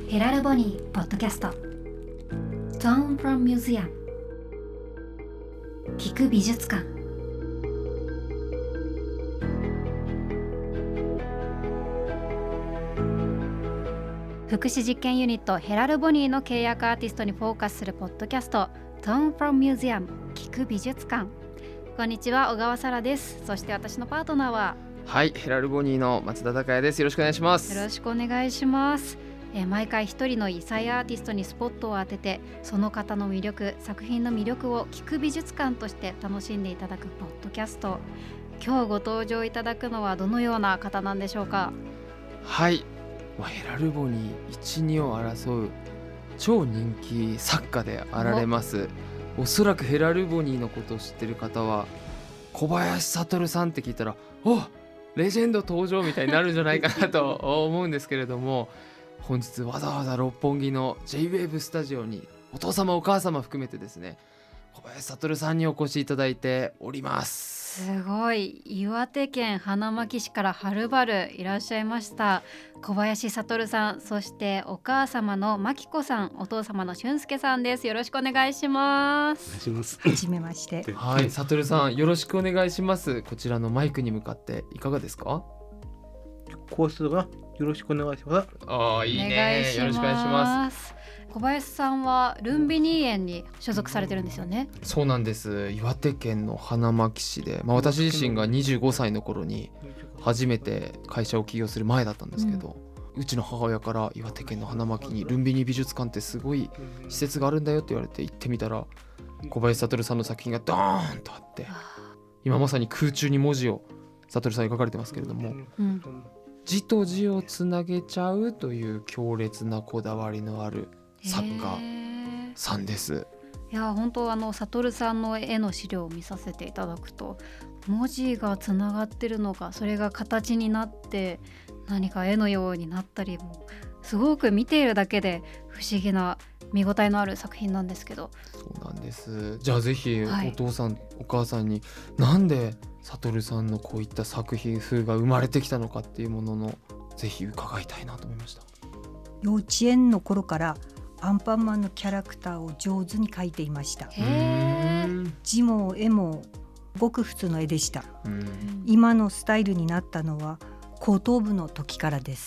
ヘラルボニーポッドキャスト Tone from Museum 聞く美術館。福祉実験ユニットヘラルボニーの契約アーティストにフォーカスするポッドキャスト Tone from Museum 聞く美術館。こんにちは、小川沙羅です。そして私のパートナーはヘラルボニーの松田孝也です。よろしくお願いします。 よろしくお願いします。毎回一人の異彩アーティストにスポットを当てて、その方の魅力、作品の魅力を聞く美術館として楽しんでいただくポッドキャスト。今日ご登場いただくのはどのような方なんでしょうか。 ヘラルボニー1、2を争う超人気作家であられます。おそらくヘラルボニーのことを知ってる方は小林悟さんって聞いたらレジェンド登場みたいになるんじゃないかなと思うんですけれども、本日わざわざ六本木の J-WAVE スタジオにお父様お母様含めてですね、小林悟さんにお越しいただいております。 すごい、岩手県花巻市からはるばるいらっしゃいました小林悟さん、そしてお母様の真紀子さん、お父様の俊介さんです。よろしくお願いします。 お願いします。 はじめまして。 悟さんよろしくお願いします。こちらのマイクに向かっていかがですか。 コースがよろしくお願いします。 いいね、よろしくお願いします。 小林さんはルンビニー園に所属されてるんですよね。 そうなんです。岩手県の花巻市で、私自身が25歳の頃に初めて会社を起業する前だったんですけど、うちの母親から岩手県の花巻にルンビニー美術館ってすごい施設があるんだよって言われて行ってみたら、小林悟さんの作品がドーンとあって、今まさに空中に文字を悟さん描かれてますけれども、字と字をつなげちゃうという強烈なこだわりのある作家さんです。 いや本当悟さんの絵の資料を見させていただくと、文字がつながってるのか、それが形になって何か絵のようになったり、もすごく見ているだけで不思議な見応えのある作品なんですけど。 そうなんです。じゃあぜひお父さん、お母さんになんで悟さんのこういった作品風が生まれてきたのかっていうもののぜひ伺いたいなと思いました。 幼稚園の頃からアンパンマンのキャラクターを上手に描いていました。字も絵もごく普通の絵でした。今のスタイルになったのは高等部の時からです。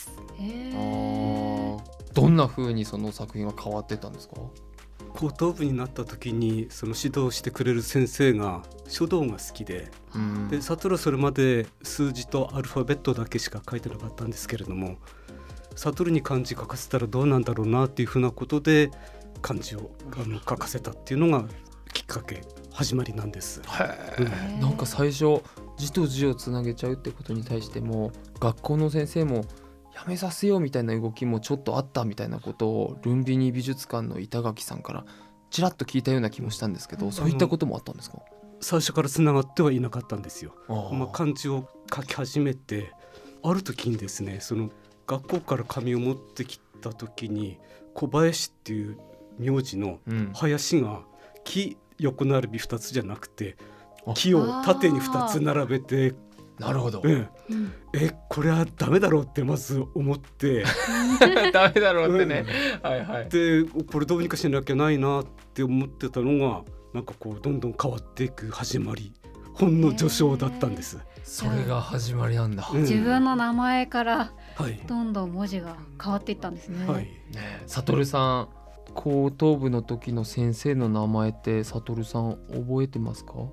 どんな風にその作品は変わってたんですか。 高等部になった時にその指導してくれる先生が書道が好きで、悟はそれまで数字とアルファベットだけしか書いてなかったんですけれども、悟に漢字書かせたらどうなんだろうなっていうふうなことで漢字を書かせたっていうのがきっかけ、始まりなんです。 なんか最初字と字をつなげちゃうってことに対しても学校の先生もやめさせようみたいな動きもちょっとあったみたいなことをルンビニー美術館の板垣さんからちらっと聞いたような気もしたんですけど、そういったこともあったんですか。 最初からつながってはいなかったんですよ。漢字を書き始めてある時にですね、その学校から紙を持ってきた時に小林っていう名字の林が木横並び2つじゃなくて木を縦に2つ並べて、 なるほど、 これはダメだろうってまず思ってダメだろうってね、 でこれどうにかしなきゃないなって思ってたのが、なんかこうどんどん変わっていく始まり、ほんの序章だったんです。 それが始まりなんだ。 自分の名前からどんどん文字が変わっていったんですね。 悟さん、高等部の時の先生の名前って悟さん覚えてますか。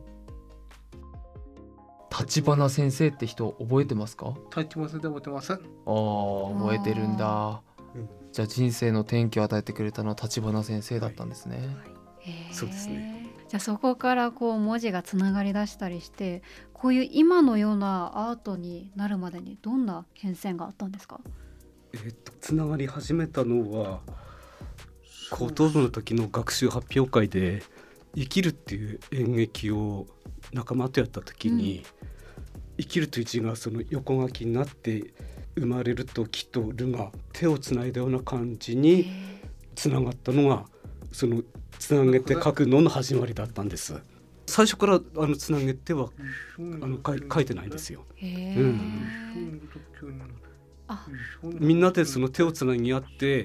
立花先生って人覚えてますか。 立花先生覚えてます。 覚えてるんだ。じゃあ人生の転機を与えてくれたのは立花先生だったんですね。 そうですね。 じゃあそこからこう文字がつながりだしたりして、こういう今のようなアートになるまでにどんな変遷があったんですか。 つながり始めたのは高等部の時の学習発表会で生きるっていう演劇を仲間とやった時に、生きるという字がその横書きになって生まれると木とるが手をつないだような感じにつながったのが、そのつなげて書くのの始まりだったんです。最初からつなげては書いてないんですよ。みんなでその手をつなぎ合って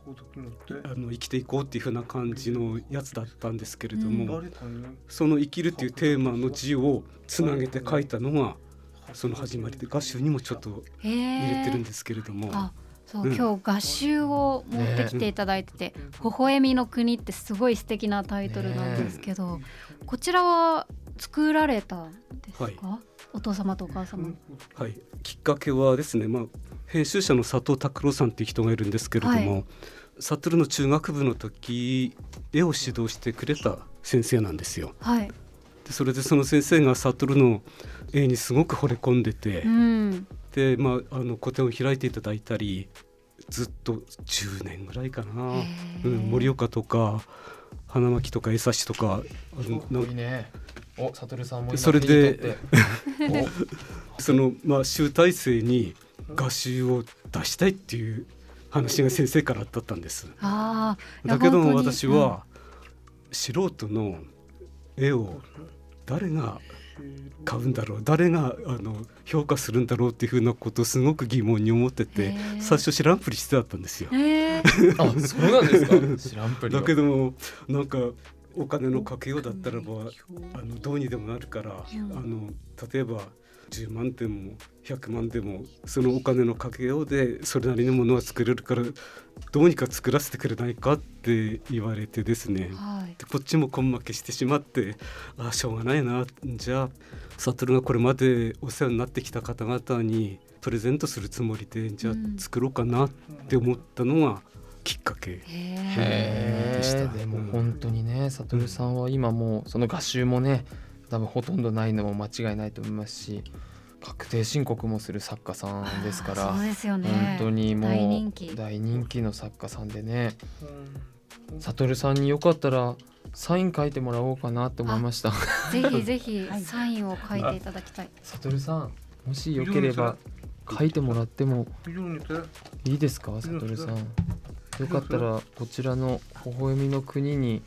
生きていこうっていう風な感じのやつだったんですけれども、その生きるっていうテーマの字をつなげて書いたのがその始まりで、画集にもちょっと入れてるんですけれども、 そう、今日画集を持ってきていただいてて、微笑みの国ってすごい素敵なタイトルなんですけど、こちらは作られたんですか、はい、お父様とお母様。 はい、きっかけはですね、編集者の佐藤拓郎さんっていう人がいるんですけれども、悟の中学部の時絵を指導してくれた先生なんですよ。 はい、 でそれでその先生が悟の絵にすごく惚れ込んでて、で個展を開いていただいたり、ずっと10年ぐらいかな、盛岡とか花巻とか江差とかいいね。悟さんも今それでその集大成に画集を出したいっていう話が先生からだったんです。だけども私は素人の絵を誰が買うんだろう、誰が評価するんだろうっていうふうなことをすごく疑問に思ってて、最初知らんぷりしてあったんですよ。 そうなんですか。知らんぷりだけどもなんかお金のかけようだったらばどうにでもなるから、例えば10万でも100万でもそのお金のかけようでそれなりのものは作れるから、どうにか作らせてくれないかって言われてですね、でこっちも根負けしてしまって、しょうがないな、じゃあ悟がこれまでお世話になってきた方々にプレゼントするつもりで、じゃあ作ろうかなって思ったのがきっかけでした。 でも本当にね、悟さんは今もうその画集もね、多分ほとんどないのも間違いないと思いますし、確定申告もする作家さんですから、 そうですよね、 本当にもう大人気の作家さんでね、悟さんによかったらサイン書いてもらおうかなって思いました。 ぜひぜひサインを書いていただきたい。 悟さん、もしよければ書いてもらってもいいですか。悟さん、よかったらこちらの微笑みの国に、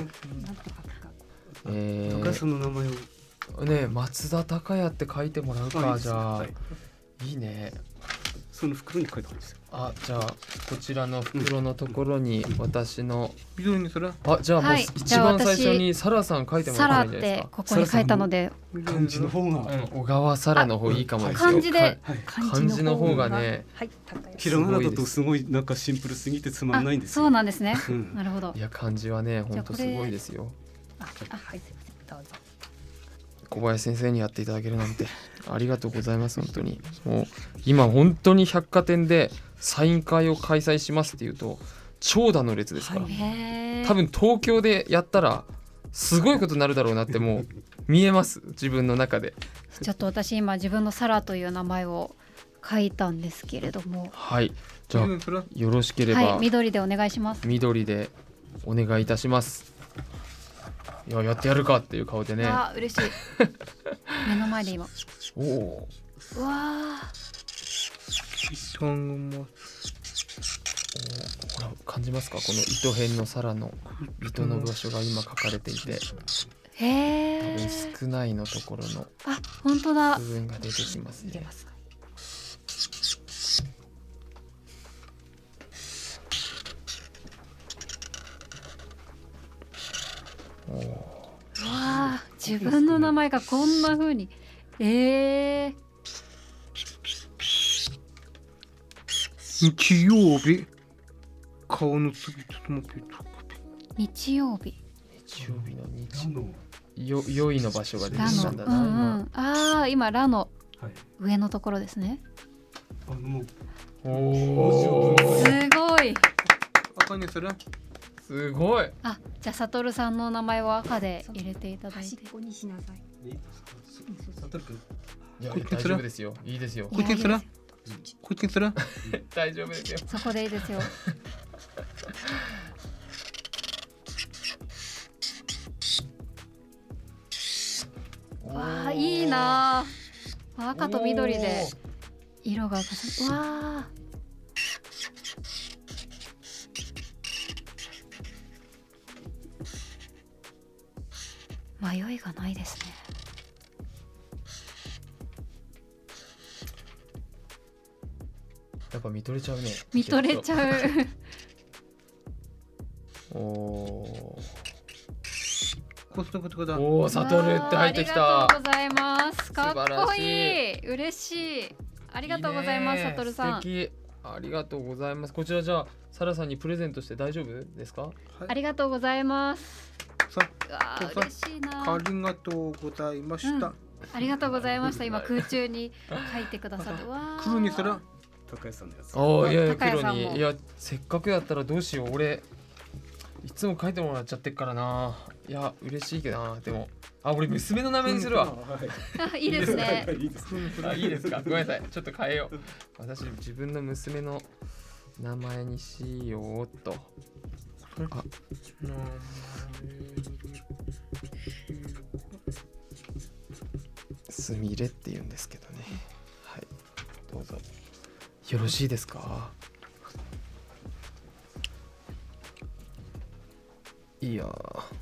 高さんの名前をね、松田孝也って書いてもらうか。じゃあ、いいね。 その袋に書いてあるんですよ。 じゃあこちらの袋のところに私の、じゃあもう一番最初にサラさん書いてもらったらいいんじゃないですか。 ここに書いたので、 漢字の方が、 小川サラの方いいかもですよ。 漢字で、 漢字の方がね、 ひらがなだとすごいなんかシンプルすぎてつまんないんですよ。 そうなんですね。なるほど。 いや、漢字はね、本当すごいですよ。 はい、すいません、どうぞ。 小林先生にやっていただけるなんてありがとうございます。本当にもう今本当に百貨店でサイン会を開催しますっていうと長蛇の列ですから、多分東京でやったらすごいことになるだろうなってもう見えます、自分の中で。 ちょっと私今自分のサラという名前を書いたんですけれども、 はい、じゃあよろしければ、 緑でお願いします。 緑でお願いいたします。いや、やってやるかっていう顔でね。 嬉しい。目の前で今。うわほら、感じますか、この糸辺の皿の糸の場所が今書かれていて、多分少ないのところの本当だ、 部分が出てきますね。 自分の名前がこんな風に、 日曜日、顔の次ちょっと待って、 日曜日の日、良いの場所が出てきたんだな。 今ラの上のところですね。 すごい。 赤にする？ すごい。 じゃあ悟さんの名前を赤で入れていただいて。 端っこにしなさい。 いや、大丈夫ですよ。いいですよ。 こっちにする？こっちにする？ 大丈夫ですよ。 そこでいいですよ。いいな。赤と緑で色が迷いがないですね。 やっぱ見とれちゃうね。 見とれちゃう。 おーおサトルって入ってきた。 ありがとうございます。かっこ素晴らしいい。嬉しい。ありがとうございますサトルさん。 素敵。ありがとうございます。こちらじゃあサラさんにプレゼントして大丈夫ですか？ ありがとうございます。 さうわー嬉しいな。 ありがとうございました。 ありがとうございました。今空中に書いてくださって。わー黒にする高橋さんのやつ。 おーいやいや高谷さんも黒にいやせっかくだったらどうしよう俺いつも書いてもらっちゃってっからな。いや嬉しいけどな。でも俺娘の名前にするわ。 あいいですね。 いいですあいいですか。ごめんなさいちょっと変えよう。私自分の娘の名前にしようっと。あすみれって言うんですけどね。はいどうぞよろしいですか。いや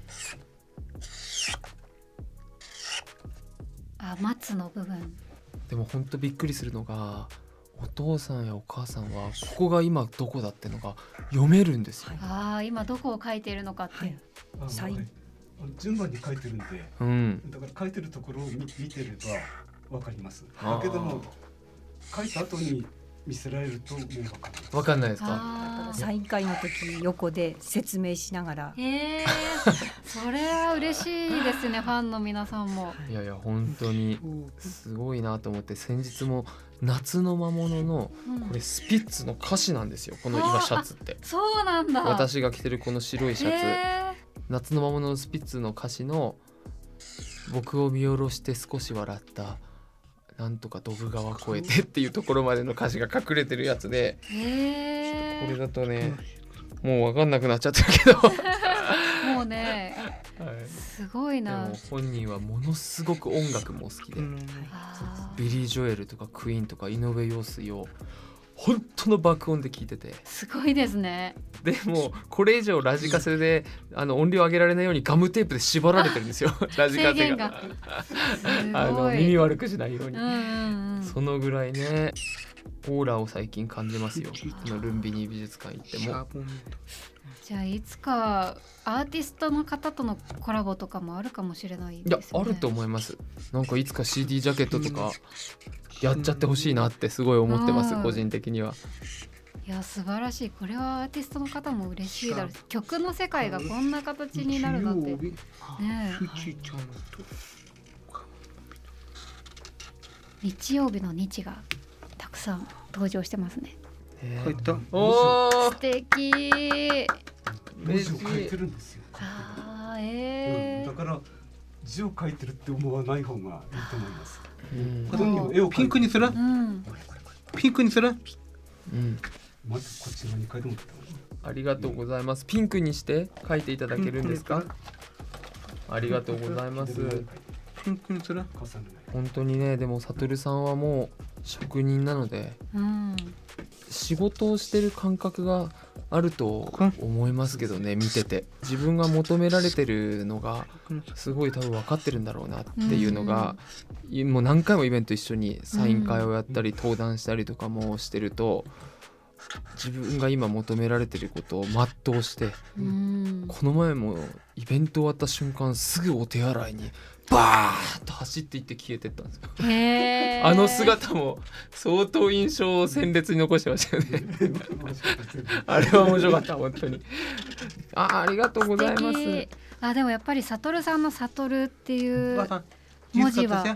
松の部分。 でもほんとびっくりするのがお父さんやお母さんはここが今どこだってのが読めるんですよ。 今どこを書いているのかっていう。 順番に書いてるんで、だから書いてるところを見てればわかります。だけども書いた後に見せられるともうわかんないですか。 サイン会の時横で説明しながら。 それは嬉しいですねファンの皆さんも。 いやいや本当にすごいなと思って先日も夏の魔物のこれスピッツの歌詞なんですよこの今シャツって。 そうなんだ。 私が着てるこの白いシャツ夏の魔物のスピッツの歌詞の僕を見下ろして少し笑ったなんとかドブ川越えてっていうところまでの歌詞が隠れてるやつでこれだとねもう分かんなくなっちゃってるけどもうね、すごいな。 でも本人はものすごく音楽も好きでビリー・ジョエルとかクイーンとか井上陽水を本当の爆音で聞いててすごいですね。 でもこれ以上ラジカセで音量上げられないようにガムテープで縛られてるんですよラジカセが耳悪くしないように、そのぐらいねオーラを最近感じますよこのルンビニ美術館行っても。 じゃあいつかアーティストの方とのコラボとかもあるかもしれないですね。 いやあると思います。なんかいつか CD ジャケットとかやっちゃってほしいなってすごい思ってます個人的には。 いや素晴らしい。これはアーティストの方も嬉しいだろうし曲の世界がこんな形になるなんてね。日曜日の日がたくさん登場してますね。 お素敵。 文字を書いてるんですよ。だから字を書いてるって思わない方がいいと思います。絵をピンクにする？ピンクにする？まずこっち側に書いてもらった。 ありがとうございます。ピンクにして書いていただけるんですか？ありがとうございます。 ピンクにする？ 本当にねでもサトルさんはもう職人なので、仕事をしてる感覚があると思いますけどね見てて自分が求められてるのがすごい多分分かってるんだろうなっていうのが、もう何回もイベント一緒にサイン会をやったり登壇したりとかもしてると自分が今求められてることを全うして、この前もイベント終わった瞬間すぐお手洗いにバーッと走っていって消えてったんですよ。あの姿も相当印象を鮮烈に残してましたよねあれは面白かった本当に。ありがとうございます。 でもやっぱりサトルさんのサトルっていう文字は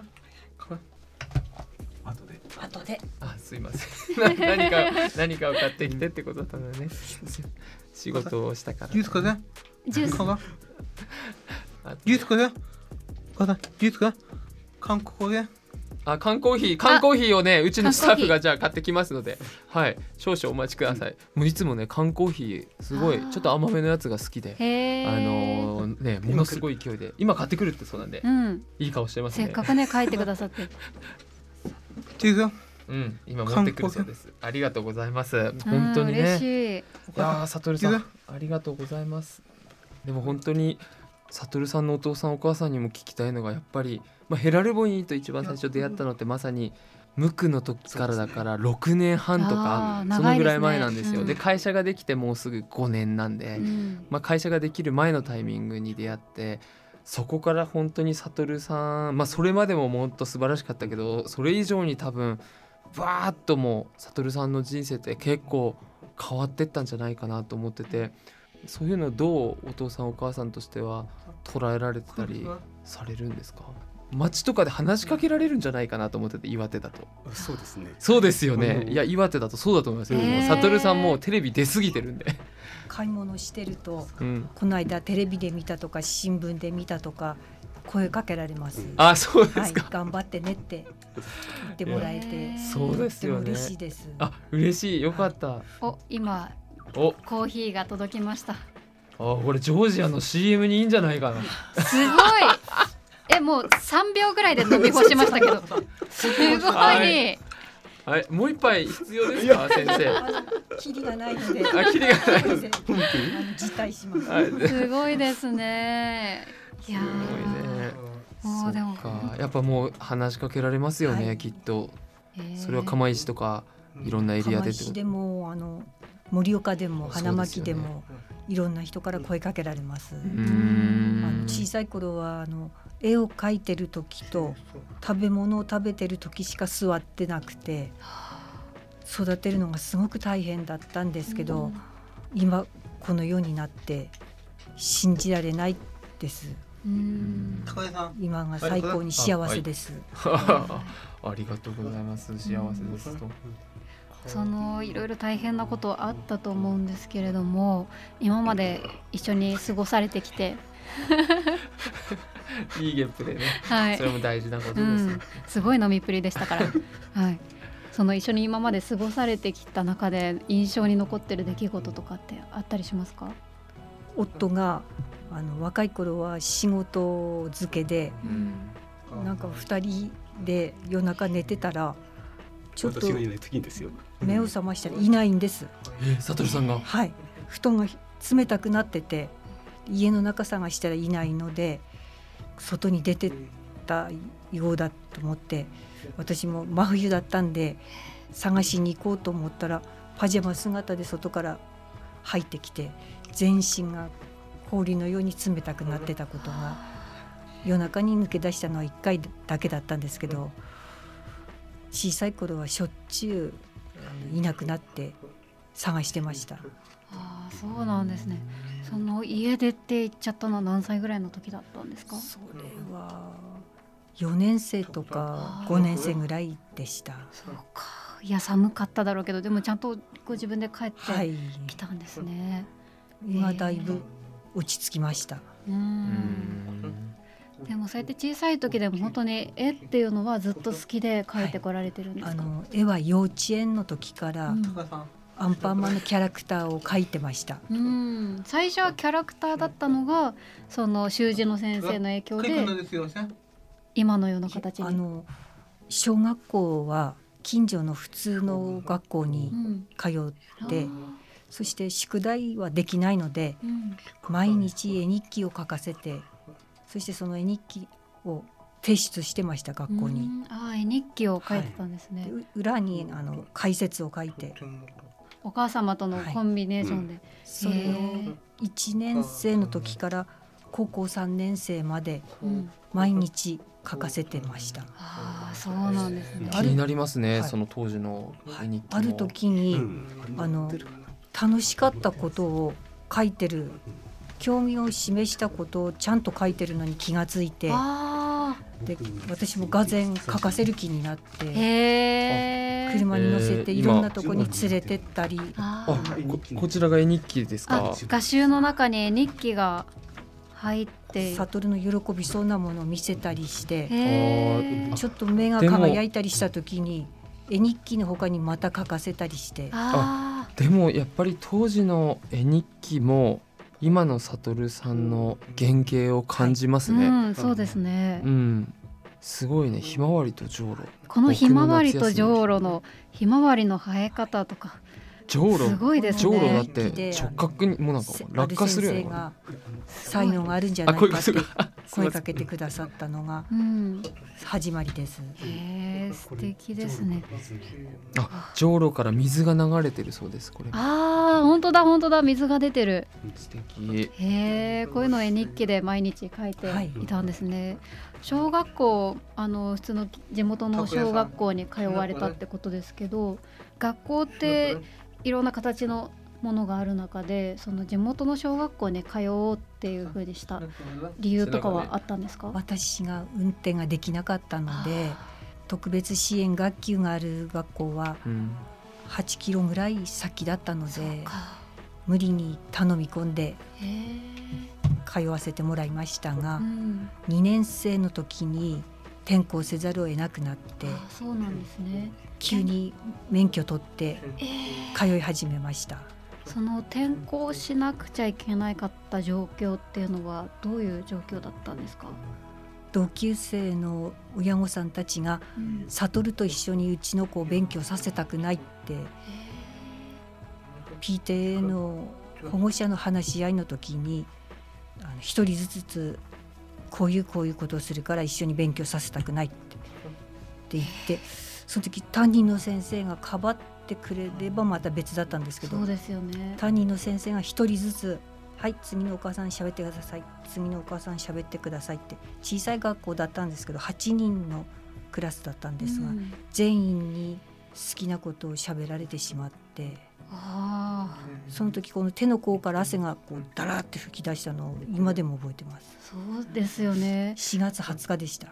後で。 すいません何かを買ってきてってことだったのでね仕事をしたから。 ジュースかね。 ジュース。 ジュースかね。ジュースか。缶コーヒー。 缶コーヒーをねうちのスタッフがじゃあ買ってきますので、はい少々お待ちください。もういつもね缶コーヒーすごいちょっと甘めのやつが好きで、ねものすごい勢いで今買ってくるってそうなんで、いい顔してますね。 せっかくね書いてくださって。 今持ってくるそうです。ありがとうございます。本当にね。 嬉しい。 いやサトルさんありがとうございます。でも本当にサトルさんのお父さんお母さんにも聞きたいのがやっぱり、 ヘラルボニーと一番最初出会ったのってまさに無垢の時からだから6年半とかそのぐらい前なんですよ。で会社ができてもうすぐ5年なんで、会社ができる前のタイミングに出会って、そこから本当に悟さん、それまでももっと素晴らしかったけど、それ以上に多分バーッともう悟さんの人生って結構変わってったんじゃないかなと思ってて、そういうのをどうお父さんお母さんとしては捉えられてたりされるんですか？街とかで話しかけられるんじゃないかなと思ってて、岩手だと。 そうですね。 そうですよね。いや岩手だとそうだと思いますよ。悟さんもテレビ出過ぎてるんで買い物してると、この間テレビで見たとか新聞で見たとか声かけられます。 あ、そうですか。 頑張ってねって言ってもらえて、 そうですよね。 嬉しいです。 嬉しい。よかった。 今コーヒーが届きました。 これジョージアの CM にいいんじゃないかな。 すごいもう3秒ぐらいで飲み干しましたけどすごい、 はい、もう一杯必要ですか先生？ キリがないのでキリがないので辞退します。 すごいですね。いやもうでもやっぱもう話しかけられますよね、きっと。それは釜石とかいろんなエリアでってこと。釜石でも盛岡でも花巻でもいろんな人から声かけられます。小さい頃は絵を描いてる時と食べ物を食べてる時しか座ってなくて、育てるのがすごく大変だったんですけど、今この世になって信じられないです。今が最高に幸せです。 ありがとうございます。幸せですと。 いろいろ大変なことあったと思うんですけれども、今まで一緒に過ごされてきていいゲップでね、それも大事なことです、 すごい飲みっぷりでしたから、一緒に今まで過ごされてきた中で印象に残ってる出来事とかってあったりしますか？ 夫が若い頃は仕事漬けで、なんか2人で夜中寝てたらちょっと目を覚ましたらいないんです。 悟さんが？ はい、布団が冷たくなってて家の中探したらいないので、外に出てったようだと思って、私も真冬だったんで探しに行こうと思ったらパジャマ姿で外から入ってきて、全身が氷のように冷たくなってたことが、夜中に抜け出したのは1回だけだったんですけど、小さい頃はしょっちゅういなくなって探してました。 そうなんですね。家出て行っちゃったのは何歳ぐらいの時だったんですか？ それは4年生とか5年生ぐらいでした。 そうか。いや寒かっただろうけど、でもちゃんとご自分で帰ってきたんですね。 今だいぶ落ち着きました。 でもそうやって小さい時でも本当に絵っていうのはずっと好きで描いてこられてるんですか？ 絵は幼稚園の時からアンパンマンのキャラクターを描いてました。 最初はキャラクターだったのが習字の先生の影響で今のような形に。 小学校は近所の普通の学校に通って、そして宿題はできないので、毎日絵日記を書かせて、そしてその絵日記を提出してました、学校に。 絵日記を書いてたんですね。 裏に解説を書いて、 お母様とのコンビネーションで、 それを1年生の時から高校3年生まで毎日書かせてました。 そうなんですね。 気になりますね、その当時の絵日記も。 ある時に楽しかったことを書いてる、興味を示したことをちゃんと書いてるのに気がついて、で私もがぜん書かせる気になって、車に乗せていろんなとこに連れてったり。 こちらが絵日記ですか？ 画集の中に絵日記が入って悟の喜びそうなものを見せたりして、ちょっと目が輝いたりした時に絵日記の他にまた書かせたりして。 でもやっぱり当時の絵日記も今の悟さんの原型を感じますね。 そうですね。 すごいね。ひまわりとじょうろ。 このひまわりとじょうろのひまわりの生え方とかじょうろすごいですね。 じょうろだって直角にもうなんか落下するよね。 先生が才能があるんじゃないかって声かけてくださったのが始まりです。 素敵ですね。 じょうろから水が流れてるそうです。これ本当だ本当だ、水が出てる。 素敵。 こういうのを絵日記で毎日書いていたんですね。小学校普通の地元の小学校に通われたってことですけど、学校っていろんな形のものがある中で、その地元の小学校に通おうっていう風にした理由とかはあったんですか？ 私が運転ができなかったので、特別支援学級がある学校は8キロぐらい先だったので、無理に頼み込んで通わせてもらいましたが、2年生の時に転校せざるを得なくなって、 そうなんですね。 急に免許取って通い始めました。 その転校しなくちゃいけなかった状況っていうのはどういう状況だったんですか？ 同級生の親御さんたちが、悟と一緒にうちの子を勉強させたくないって、PTA の保護者の話し合いの時に一人ずつこういうことをするから一緒に勉強させたくないって言って、その時担任の先生がかばってくれればまた別だったんですけど、 そうですよね。 担任の先生が一人ずつ、はい、次のお母さん喋ってください、次のお母さん喋ってくださいって、小さい学校だったんですけど8人のクラスだったんですが、全員に好きなことを喋られてしまって、その時この手の甲から汗がこうダラって吹き出したのを今でも覚えてます。 そうですよね。 4月20日でした。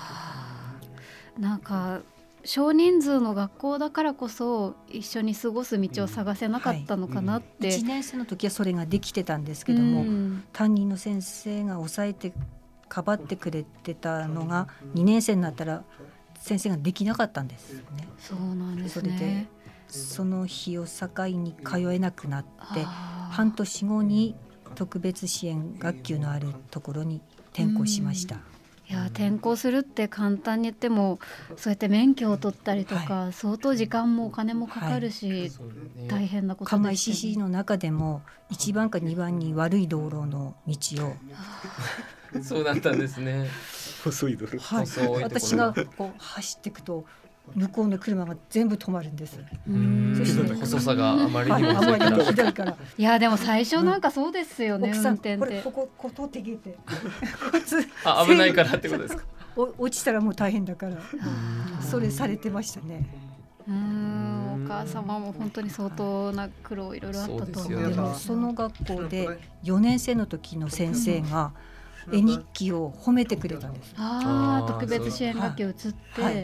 なんか少人数の学校だからこそ一緒に過ごす道を探せなかったのかなって、 1年生の時はそれができてたんですけども、担任の先生が抑えてかばってくれてたのが2年生になったら先生ができなかったんですね。 そうなんですね。 それでその日を境に通えなくなって、半年後に特別支援学級のあるところに転校しました。 いや、転校するって簡単に言っても、そうやって免許を取ったりとか、相当時間もお金もかかるし、大変なことですよね。 釜石市の中でも1番か2番に悪い道路の道をそうだったんですね。 細い道路、 私がこう走っていくと向こうの車が全部止まるんです。 細さがあまりにもひどいから。 いやでも最初なんかそうですよね、 奥さん運転って。 これここ通ってきて危ないからってことですか？ 落ちたらもう大変だからそれされてましたね。 お母様も本当に相当な苦労いろいろあったと思う。 でもその学校で4年生の時の先生が絵日記を褒めてくれたんです。 特別支援学級移って、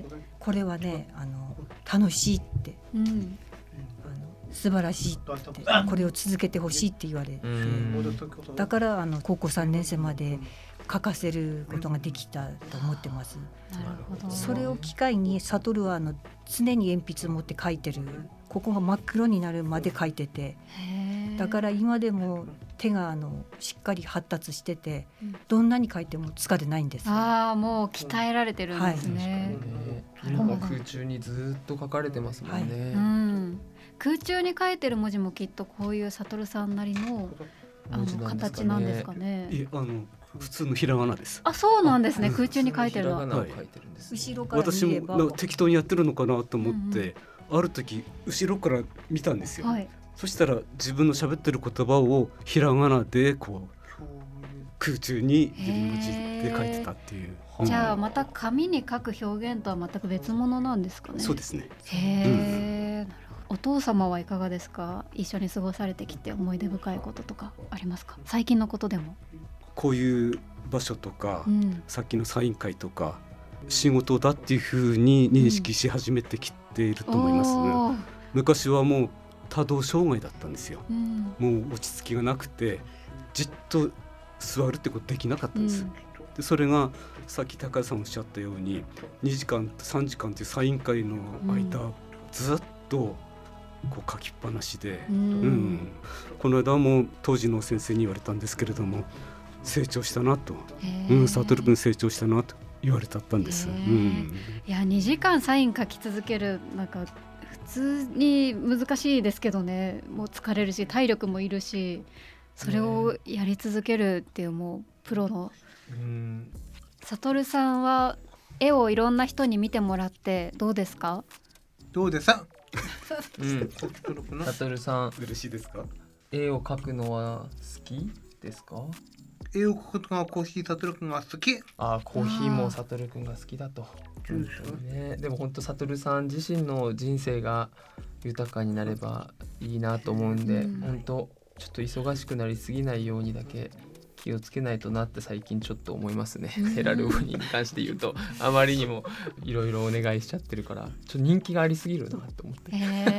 これはね楽しいって、素晴らしいって、これを続けてほしいって言われて、だから高校3年生まで書かせることができたと思ってます。 なるほど。 それを機会に悟は常に鉛筆持って書いてる、ここが真っ黒になるまで書いてて、だから今でも手がしっかり発達してて、どんなに書いても疲れないんです。 もう鍛えられてるんですね。 空中にずっと書かれてますもんね。 空中に書いてる文字もきっとこういう悟さんなりの形なんですかね。 普通のひらがなです。 そうなんですね。空中に書いてるの。 後ろから私も適当にやってるのかなと思って、ある時後ろから見たんですよ。そしたら自分の喋ってる言葉をひらがなでこう空中に自分の字で書いてたっていう。 じゃあまた紙に書く表現とは全く別物なんですかね。 そうですね。 なるほど。お父様はいかがですか？一緒に過ごされてきて思い出深いこととかありますか？最近のことでも。 こういう場所とか、さっきのサイン会とか仕事だっていうふうに認識し始めてきていると思いますね。昔はもう多動障害だったんですよ。もう落ち着きがなくてじっと座るってことできなかったんです。でそれがさっき高橋さんおっしゃったように2時間3時間というサイン会の間、ずっとこう書きっぱなしで、この間も当時の先生に言われたんですけれども、成長したなと、悟君成長したなと言われたんです。 いや2時間サイン書き続ける、なんか普通に難しいですけどね。もう疲れるし体力もいるし、それをやり続けるっていうもうプロの。悟さんは絵をいろんな人に見てもらってどうですか？ どうですか？ 悟さん嬉しいですか？ 絵を描くのは好きですか？ 絵を描くことがコーヒー悟くんが好き。 コーヒーも悟くんが好きだと。本当にね。でも本当悟さん自身の人生が豊かになればいいなと思うんで、本当ちょっと忙しくなりすぎないようにだけ気をつけないとなって最近ちょっと思いますね。ヘラルボニーに関して言うとあまりにもいろいろお願いしちゃってるからちょっと人気がありすぎるなと思って。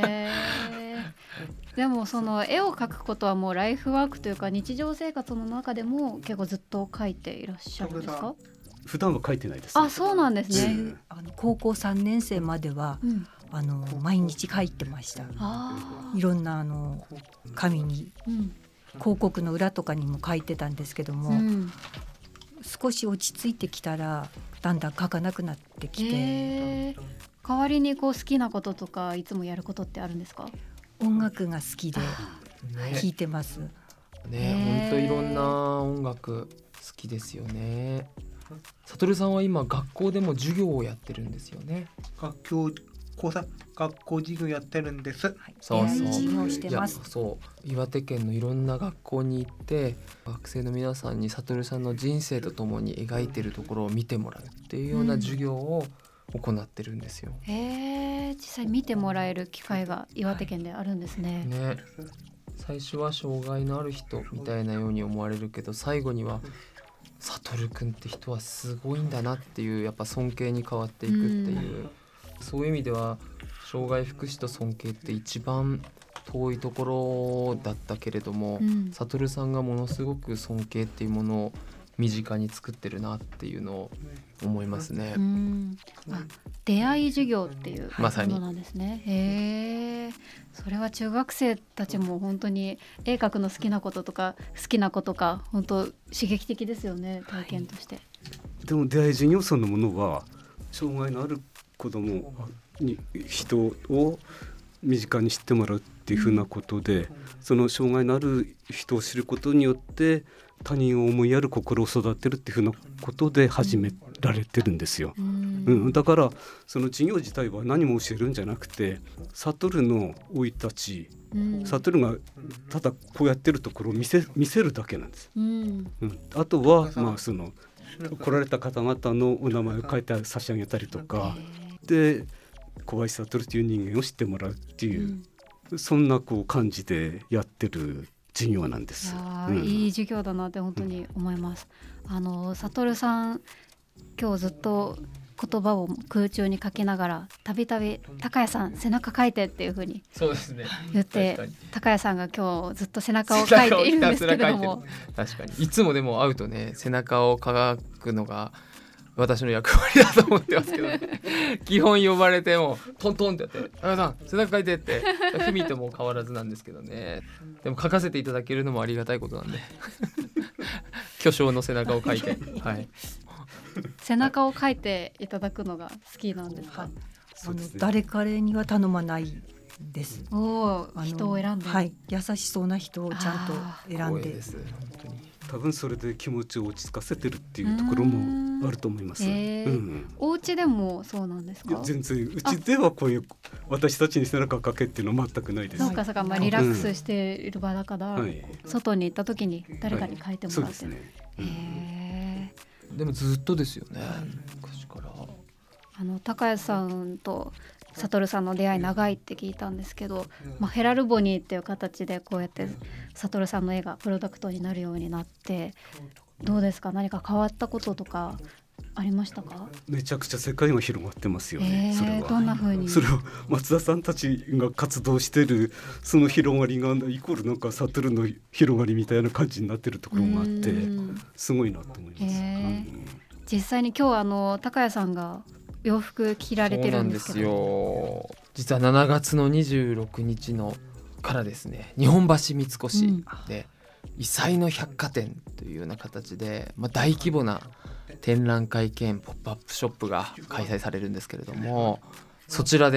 でもその絵を描くことはもうライフワークというか日常生活の中でも結構ずっと描いていらっしゃるんですか？ 普段は描いてないです、ね。 そうなんですね。 高校3年生までは、毎日描いてました。いろんな紙に、広告の裏とかにも描いてたんですけども、少し落ち着いてきたらだんだん描かなくなってきて、 代わりに好きなこととかいつもやることってあるんですか？ 音楽が好きで聴いてます。 本当いろんな音楽好きですよね。悟さんは今学校でも授業をやってるんですよね。 学校授業やってるんです。 そう授業してます。 岩手県のいろんな学校に行って学生の皆さんに悟さんの人生とともに描いてるところを見てもらうっていうような授業を行ってるんですよ。 実際見てもらえる機会が岩手県であるんですね。 最初は障害のある人みたいなように思われるけど最後には悟くんって人はすごいんだなっていうやっぱ尊敬に変わっていくっていう、そういう意味では障害福祉と尊敬って一番遠いところだったけれども、悟さんがものすごく尊敬っていうものを身近に作ってるなっていうのを思いますね。 出会い授業っていうまさにものなんですね。それは中学生たちも本当に絵描くの好きなこととか本当刺激的ですよね、体験として。 でも出会い授業そのものは障害のある子どもに人を身近に知ってもらうっていうふうなことで、その障害のある人を知ることによって他人を思いやる心を育てるっていうふうなことで始められてるんですよ。だからその授業自体は何も教えるんじゃなくて、悟の生い立ち、悟がただこうやってるところを見せるだけなんです。あとはその来られた方々のお名前を書いて差し上げたりとかで、小林悟という人間を知ってもらうっていう、そんな感じでやってる授業なんです。 いい授業だなって本当に思います。悟さん今日ずっと言葉を空中にかけながらたびたび高谷さん背中描いてっていう風に言って、高谷さんが今日ずっと背中を描いているんですけれども、 確かにいつもでも会うとね背中を描くのが私の役割だと思ってますけど、ね、基本呼ばれてもトントンってやって「高谷さん背中描いて」ってふみとも変わらずなんですけどね。でも描かせていただけるのもありがたいことなんで巨匠の背中を描いて、 背中を描いていただくのが好きなんですか？ 誰彼には頼まないです。 人を選んで、 優しそうな人をちゃんと選んで、 多分それで気持ちを落ち着かせてるっていうところもあると思います。 お家でもそうなんですか？ 全然うちではこういう私たちに背中をかけっていうのは全くないです。 リラックスしている場だから、外に行った時に誰かに書いてもらって、 でもずっとですよね、昔から。 高谷さんと悟さんの出会い長いって聞いたんですけど、ヘラルボニーっていう形でこうやって悟さんの絵がプロダクトになるようになってどうですか？何か変わったこととかありましたか？ めちゃくちゃ世界が広がってますよね。それはどんな風に？ それは松田さんたちが活動してるその広がりがイコールなんか悟の広がりみたいな感じになってるところもあってすごいなと思います。 実際に今日高谷さんが洋服着られてるんですけど。そうなんですよ。 実は7月の26日のからですね、日本橋三越で異彩の百貨店というような形で、大規模な展覧会兼ポップアップショップが開催されるんですけれども、そちらで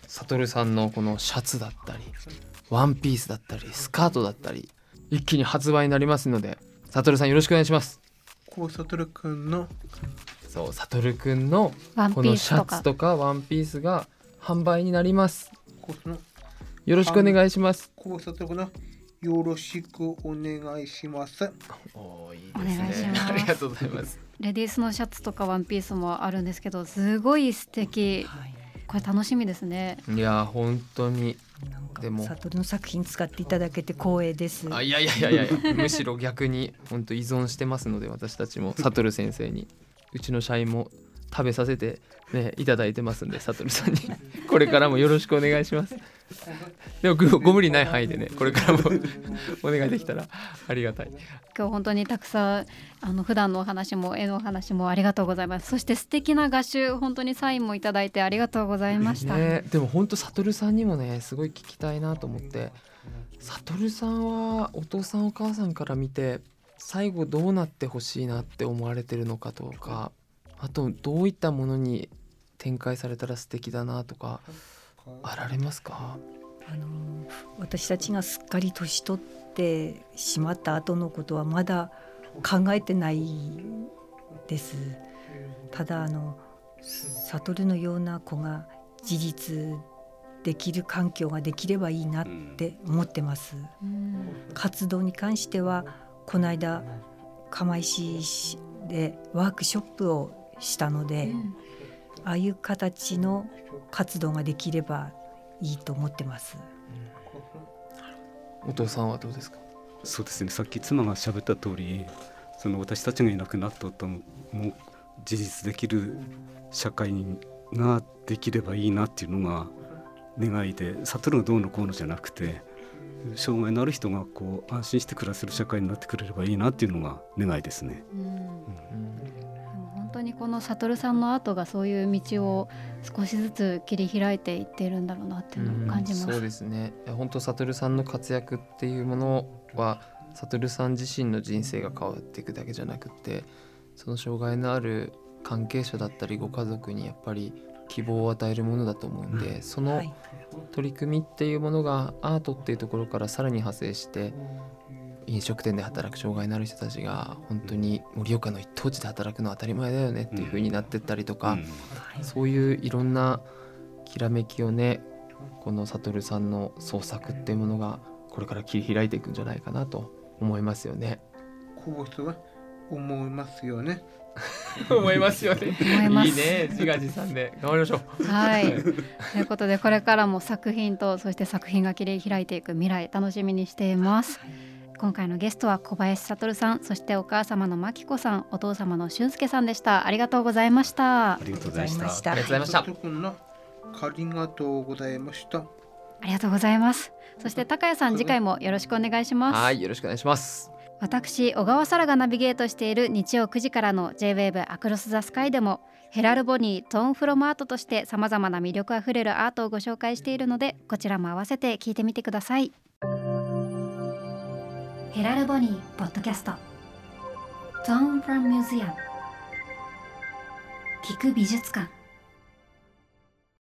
悟さんのこのシャツだったりワンピースだったりスカートだったり一気に発売になりますので、悟さんよろしくお願いします。 悟くんのそう悟くんのワンピこのースとかシャツとかワンピースが販売になります。 のよろしくお願いします。 悟くんのよろしくお願いします。 おいいお願いします。 ありがとうございます。 レディースのシャツとかワンピースもあるんですけど、すごい素敵、 はい、 これ楽しみですね。 いや本当になんかでも悟の作品使っていただけて光栄です。 いやむしろ逆に本当依存してますので、私たちも悟先生にうちの社員も食べさせて、ね、いただいてますんで、悟さんにこれからもよろしくお願いします。でもご無理ない範囲でね、これからもお願いできたらありがたい。 今日本当にたくさん普段のお話も絵のお話もありがとうございます。そして素敵な画集、本当にサインもいただいてありがとうございました、 ね、でも本当悟さんにもねすごい聞きたいなと思って、悟さんはお父さんお母さんから見て最後どうなってほしいなって思われてるのかとか、あとどういったものに展開されたら素敵だなとかあられますか？ 私たちがすっかり年取ってしまった後のことはまだ考えてないです。ただ悟のような子が自立できる環境ができればいいなって思ってます、活動に関してはこの間釜石市でワークショップをしたので、ああいう形の活動ができればいいと思ってます。 お父さんはどうですか？ そうですね、さっき妻が喋った通り、私たちがいなくなった後も自立できる社会ができればいいなっていうのが願いで、悟がどうのこうのじゃなくて、障害のある人が安心して暮らせる社会になってくれればいいなっていうのが願いですね。 本当にこの悟さんの後がそういう道を少しずつ切り開いていっているんだろうなっていうのを感じます。 そうですね、本当悟さんの活躍っていうものは悟さん自身の人生が変わっていくだけじゃなくて、その障害のある関係者だったりご家族にやっぱり希望を与えるものだと思うんで、その取り組みっていうものがアートっていうところからさらに派生して、飲食店で働く障害のある人たちが本当に盛岡の一等地で働くのは当たり前だよねっていう風になってったりとか、そういういろんなきらめきをね、この悟さんの創作っていうものがこれから切り開いていくんじゃないかなと思いますよね。 こうは思いますよね。 思いますよね。 思います。 いいね、自画自賛で頑張りましょう。 はい。ということでこれからも作品とそして作品が切り開いていく未来楽しみにしています。今回のゲストは小林悟さん、そしてお母様の真紀子さん、お父様の俊介さんでした。ありがとうございました。 ありがとうございました。 ありがとうございました。 ありがとうございました。 ありがとうございます。そして高谷さん、次回もよろしくお願いします。 はい、よろしくお願いします。 私小川沙羅がナビゲートしている日曜9時からの J-WAVE アクロスザスカイでもヘラルボニートーンフロムアートとしてさまざまな魅力あふれるアートをご紹介しているので、こちらも合わせて聞いてみてください。ヘラルボニーポッドキャスト Tone from Museum 聞く美術館。